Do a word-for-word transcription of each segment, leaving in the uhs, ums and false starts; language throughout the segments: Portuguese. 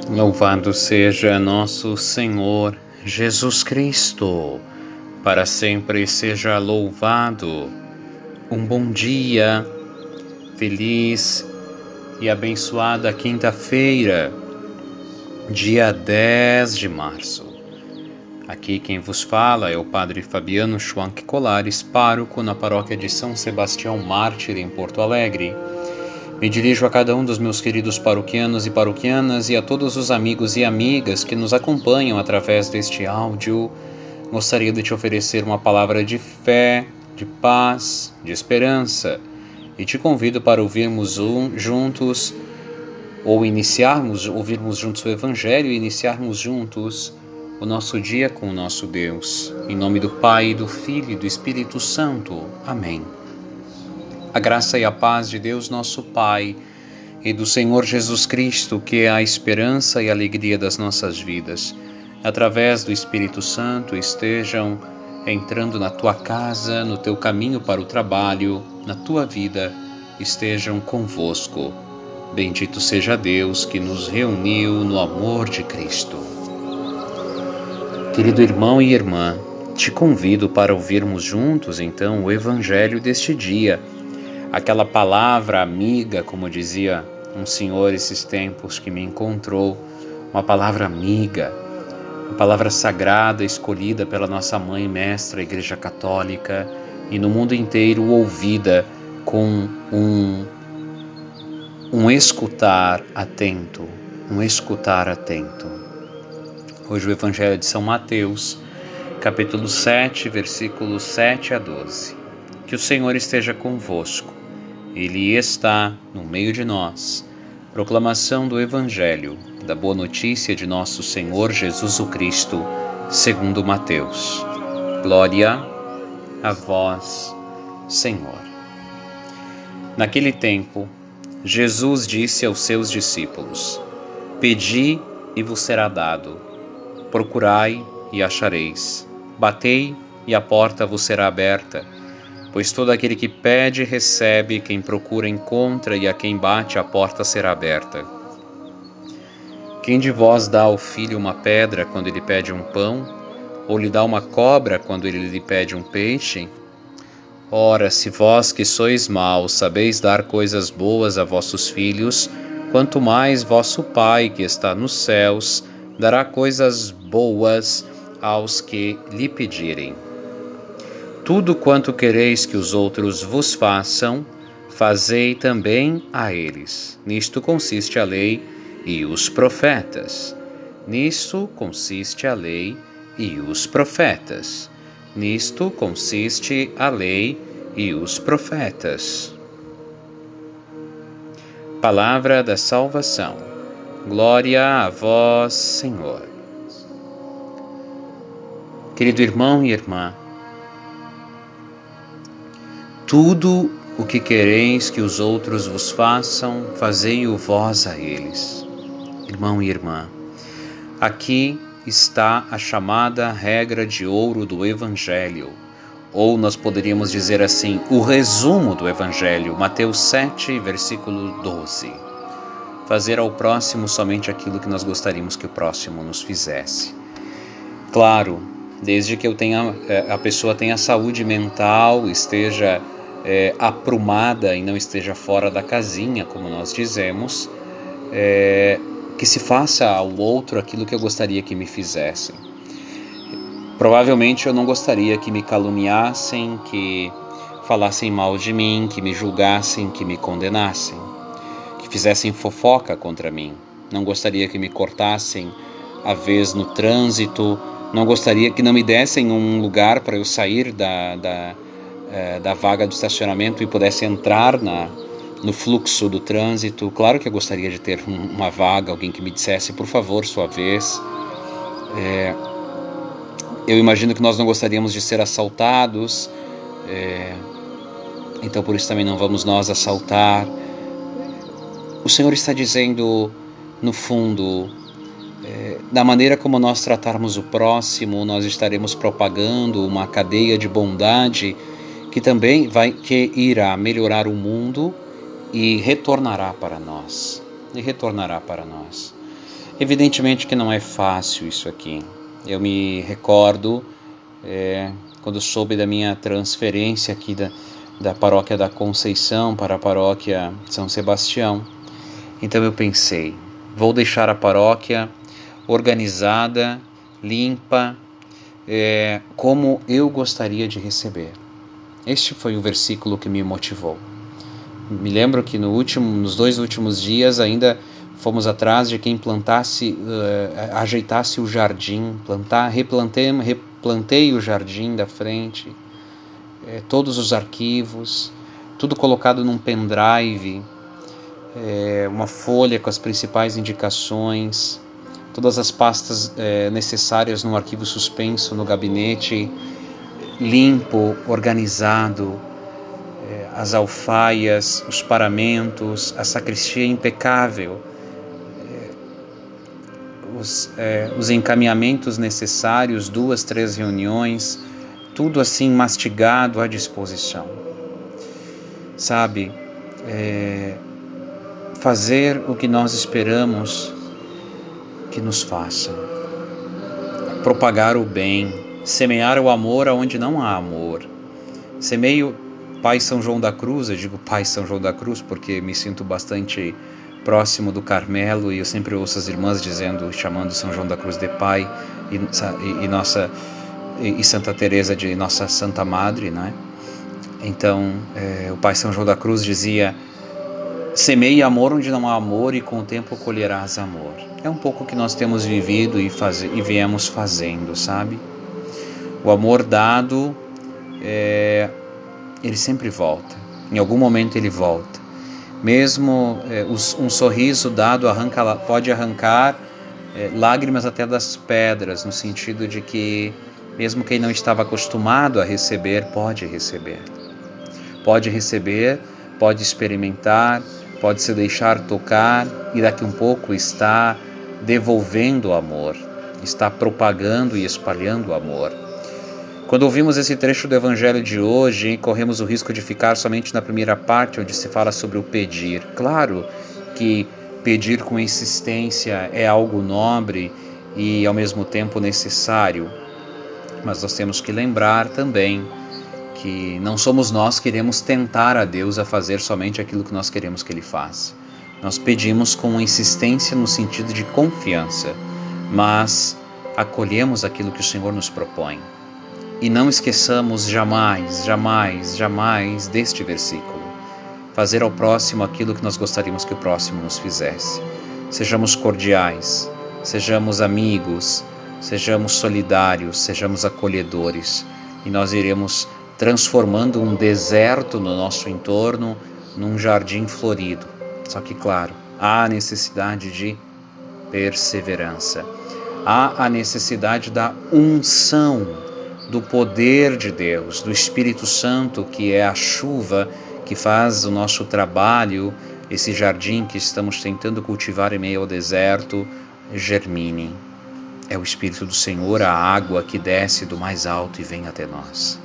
Louvado seja nosso Senhor Jesus Cristo, para sempre seja louvado. Um bom dia, feliz e abençoada quinta-feira, dia dez de março. Aqui quem vos fala é o Padre Fabiano Schwanck Colares, pároco na paróquia de São Sebastião Mártir, em Porto Alegre. Me dirijo a cada um dos meus queridos paroquianos e paroquianas e a todos os amigos e amigas que nos acompanham através deste áudio. Gostaria de te oferecer uma palavra de fé, de paz, de esperança e te convido para ouvirmos um, juntos ou iniciarmos, ouvirmos juntos o Evangelho e iniciarmos juntos o nosso dia com o nosso Deus. Em nome do Pai, do Filho e do Espírito Santo. Amém. A graça e a paz de Deus nosso Pai e do Senhor Jesus Cristo, que é a esperança e a alegria das nossas vidas, através do Espírito Santo, estejam entrando na tua casa, no teu caminho para o trabalho, na tua vida, estejam convosco. Bendito seja Deus que nos reuniu no amor de Cristo. Querido irmão e irmã, te convido para ouvirmos juntos, então, o Evangelho deste dia. Aquela palavra amiga, como dizia um senhor esses tempos que me encontrou, uma palavra amiga, uma palavra sagrada escolhida pela nossa mãe mestra, a Igreja Católica, e no mundo inteiro ouvida com um, um escutar atento, um escutar atento. Hoje o Evangelho de São Mateus, capítulo sete, versículos sete a doze. Que o Senhor esteja convosco. Ele está no meio de nós. Proclamação do Evangelho, da Boa Notícia de nosso Senhor Jesus o Cristo, segundo Mateus. Glória a vós, Senhor. Naquele tempo, Jesus disse aos seus discípulos: Pedi e vos será dado. Procurai e achareis. Batei e a porta vos será aberta. Pois todo aquele que pede, recebe, quem procura, encontra, e a quem bate, a porta será aberta. Quem de vós dá ao filho uma pedra quando ele pede um pão, ou lhe dá uma cobra quando ele lhe pede um peixe? Ora, se vós que sois maus sabeis dar coisas boas a vossos filhos, quanto mais vosso Pai que está nos céus dará coisas boas aos que lhe pedirem. Tudo quanto quereis que os outros vos façam, fazei também a eles. Nisto consiste a lei e os profetas. Nisto consiste a lei e os profetas. Nisto consiste a lei e os profetas. Palavra da salvação. Glória a vós, Senhor. Querido irmão e irmã, tudo o que quereis que os outros vos façam, fazei-o vós a eles. Irmão e irmã, aqui está a chamada regra de ouro do Evangelho, ou nós poderíamos dizer assim, o resumo do Evangelho, Mateus sete, versículo doze. Fazer ao próximo somente aquilo que nós gostaríamos que o próximo nos fizesse. Claro, desde que eu tenha, a pessoa tenha saúde mental, esteja É, aprumada e não esteja fora da casinha, como nós dizemos, é, que se faça ao outro aquilo que eu gostaria que me fizessem. Provavelmente eu não gostaria que me caluniassem, que falassem mal de mim, que me julgassem, que me condenassem, que fizessem fofoca contra mim. Não gostaria que me cortassem a vez no trânsito, não gostaria que não me dessem um lugar para eu sair da... da da vaga do estacionamento e pudesse entrar na, no fluxo do trânsito. Claro que eu gostaria de ter uma vaga, alguém que me dissesse, por favor, sua vez. É, eu imagino que nós não gostaríamos de ser assaltados, é, então por isso também não vamos nós assaltar. O Senhor está dizendo, no fundo, é, da maneira como nós tratarmos o próximo, nós estaremos propagando uma cadeia de bondade que também vai, que irá melhorar o mundo e retornará para nós. E retornará para nós. Evidentemente que não é fácil isso aqui. Eu me recordo, é, quando soube da minha transferência aqui da, da paróquia da Conceição para a paróquia São Sebastião. Então eu pensei, vou deixar a paróquia organizada, limpa, é, como eu gostaria de receber. Este foi o versículo que me motivou. Me lembro que no último, nos dois últimos dias ainda fomos atrás de quem plantasse, uh, ajeitasse o jardim, plantar, replantei, replantei o jardim da frente, eh, todos os arquivos, tudo colocado num pendrive, eh, uma folha com as principais indicações, todas as pastas eh, necessárias num arquivo suspenso no gabinete, limpo, organizado, as alfaias, os paramentos, a sacristia impecável, os, é, os encaminhamentos necessários, duas, três reuniões, tudo assim mastigado à disposição. Sabe, é, fazer o que nós esperamos que nos façam, propagar o bem, semear o amor aonde não há amor. Semeio Pai São João da Cruz, eu digo Pai São João da Cruz porque me sinto bastante próximo do Carmelo e eu sempre ouço as irmãs dizendo, chamando São João da Cruz de Pai e, e, e nossa e, e Santa Teresa de Nossa Santa Madre, né? Então, é, o Pai São João da Cruz dizia: semeie amor onde não há amor e com o tempo colherás amor. É um pouco o que nós temos vivido e, faz, e viemos fazendo, sabe? O amor dado, é, ele sempre volta. Em algum momento ele volta. Mesmo é, um sorriso dado arranca, pode arrancar é, lágrimas até das pedras, no sentido de que mesmo quem não estava acostumado a receber, pode receber. Pode receber, pode experimentar, pode se deixar tocar e daqui um pouco está devolvendo o amor, está propagando e espalhando o amor. Quando ouvimos esse trecho do Evangelho de hoje, corremos o risco de ficar somente na primeira parte, onde se fala sobre o pedir. Claro que pedir com insistência é algo nobre e ao mesmo tempo necessário, mas nós temos que lembrar também que não somos nós que iremos tentar a Deus a fazer somente aquilo que nós queremos que Ele faça. Nós pedimos com insistência no sentido de confiança, mas acolhemos aquilo que o Senhor nos propõe. E não esqueçamos jamais, jamais, jamais deste versículo. Fazer ao próximo aquilo que nós gostaríamos que o próximo nos fizesse. Sejamos cordiais, sejamos amigos, sejamos solidários, sejamos acolhedores. E nós iremos transformando um deserto no nosso entorno num jardim florido. Só que, claro, há necessidade de perseverança. Há a necessidade da unção, do poder de Deus, do Espírito Santo, que é a chuva que faz o nosso trabalho, esse jardim que estamos tentando cultivar em meio ao deserto, germine. É o Espírito do Senhor, a água que desce do mais alto e vem até nós.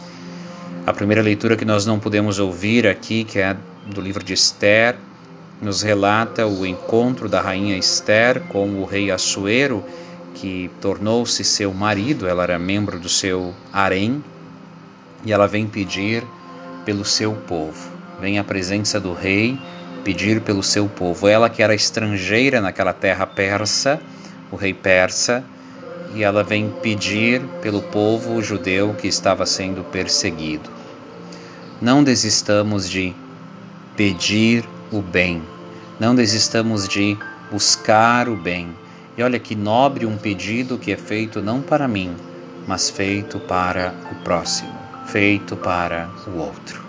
A primeira leitura que nós não podemos ouvir aqui, que é do livro de Esther, nos relata o encontro da rainha Esther com o rei Assuero, que tornou-se seu marido. Ela era membro do seu harém e ela vem pedir pelo seu povo. Vem à presença do rei pedir pelo seu povo. Ela que era estrangeira naquela terra persa, o rei persa, e ela vem pedir pelo povo judeu que estava sendo perseguido. Não desistamos de pedir o bem, não desistamos de buscar o bem. E olha que nobre um pedido que é feito não para mim, mas feito para o próximo, feito para o outro.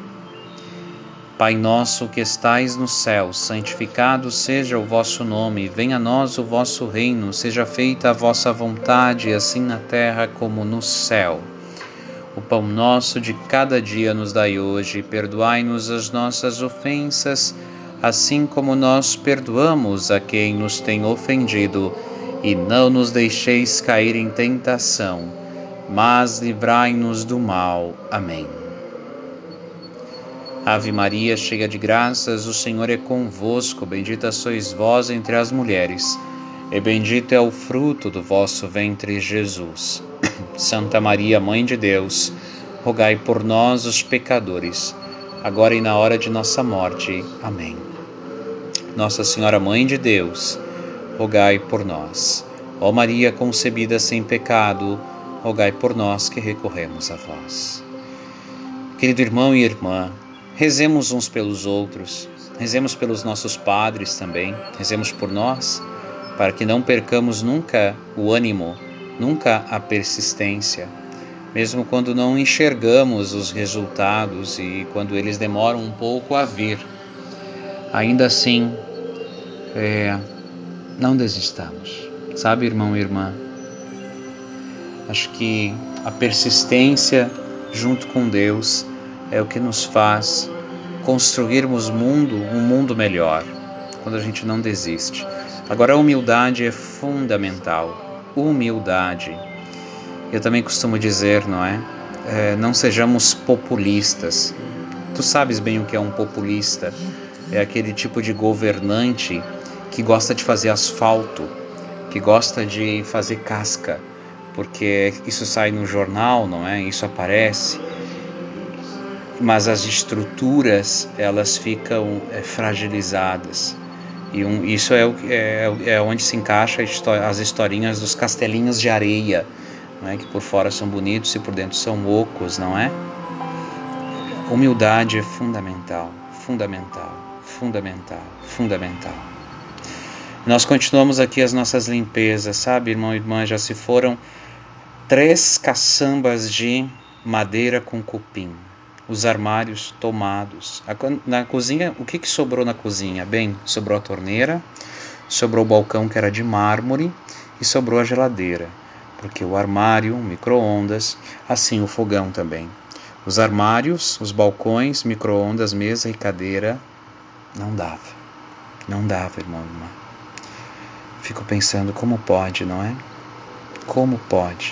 Pai nosso que estais no céu, santificado seja o vosso nome, venha a nós o vosso reino, seja feita a vossa vontade, assim na terra como no céu. O pão nosso de cada dia nos dai hoje, perdoai-nos as nossas ofensas, assim como nós perdoamos a quem nos tem ofendido, e não nos deixeis cair em tentação, mas livrai-nos do mal. Amém. Ave Maria, cheia de graças, o Senhor é convosco, bendita sois vós entre as mulheres, e bendito é o fruto do vosso ventre, Jesus. Santa Maria, Mãe de Deus, rogai por nós, os pecadores, agora e na hora de nossa morte. Amém. Nossa Senhora, Mãe de Deus, rogai por nós. Ó Maria concebida sem pecado, rogai por nós que recorremos a vós. Querido irmão e irmã, rezemos uns pelos outros, rezemos pelos nossos padres também, rezemos por nós, para que não percamos nunca o ânimo, nunca a persistência, mesmo quando não enxergamos os resultados e quando eles demoram um pouco a vir. Ainda assim, é, não desistamos, sabe, irmão e irmã? Acho que a persistência junto com Deus é o que nos faz construirmos mundo, um mundo melhor, quando a gente não desiste. Agora, a humildade é fundamental. Humildade. Eu também costumo dizer, não é? é? Não sejamos populistas. Tu sabes bem o que é um populista. É aquele tipo de governante que gosta de fazer asfalto, que gosta de fazer casca, porque isso sai no jornal, não é? Isso aparece. Mas as estruturas, elas ficam é, fragilizadas. E um, isso é, é, é onde se encaixa as historinhas dos castelinhos de areia, não é? Que por fora são bonitos e por dentro são ocos, não é? Humildade é fundamental, fundamental, fundamental, fundamental. Nós continuamos aqui as nossas limpezas, sabe, irmão e irmã? Já se foram três caçambas de madeira com cupim. Os armários tomados. Na cozinha, o que, que sobrou na cozinha? Bem, sobrou a torneira, sobrou o balcão que era de mármore e sobrou a geladeira, porque o armário, o micro-ondas, assim o fogão também. Os armários, os balcões, micro-ondas, mesa e cadeira, não dava. Não dava, irmão e irmã. Fico pensando, como pode, não é? Como pode?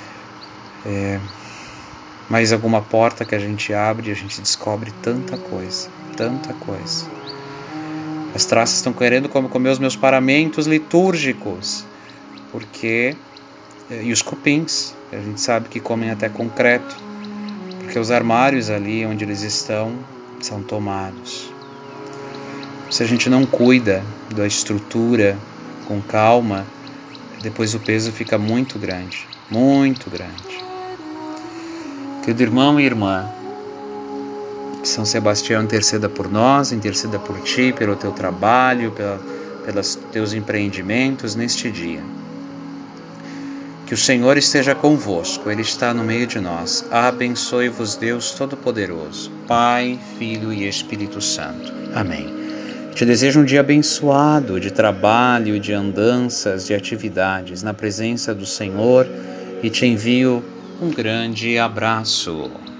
É... Mas alguma porta que a gente abre, a gente descobre tanta coisa, tanta coisa. As traças estão querendo comer os meus paramentos litúrgicos, porque e os cupins, a gente sabe que comem até concreto, porque os armários ali onde eles estão são tomados. Se a gente não cuida da estrutura com calma, depois o peso fica muito grande, muito grande. Querido irmão e irmã, que São Sebastião interceda por nós, interceda por ti, pelo teu trabalho, pela, pelos teus empreendimentos neste dia. Que o Senhor esteja convosco, Ele está no meio de nós. Abençoe-vos Deus Todo-Poderoso, Pai, Filho e Espírito Santo. Amém. Te desejo um dia abençoado de trabalho, de andanças, de atividades na presença do Senhor e te envio um grande abraço.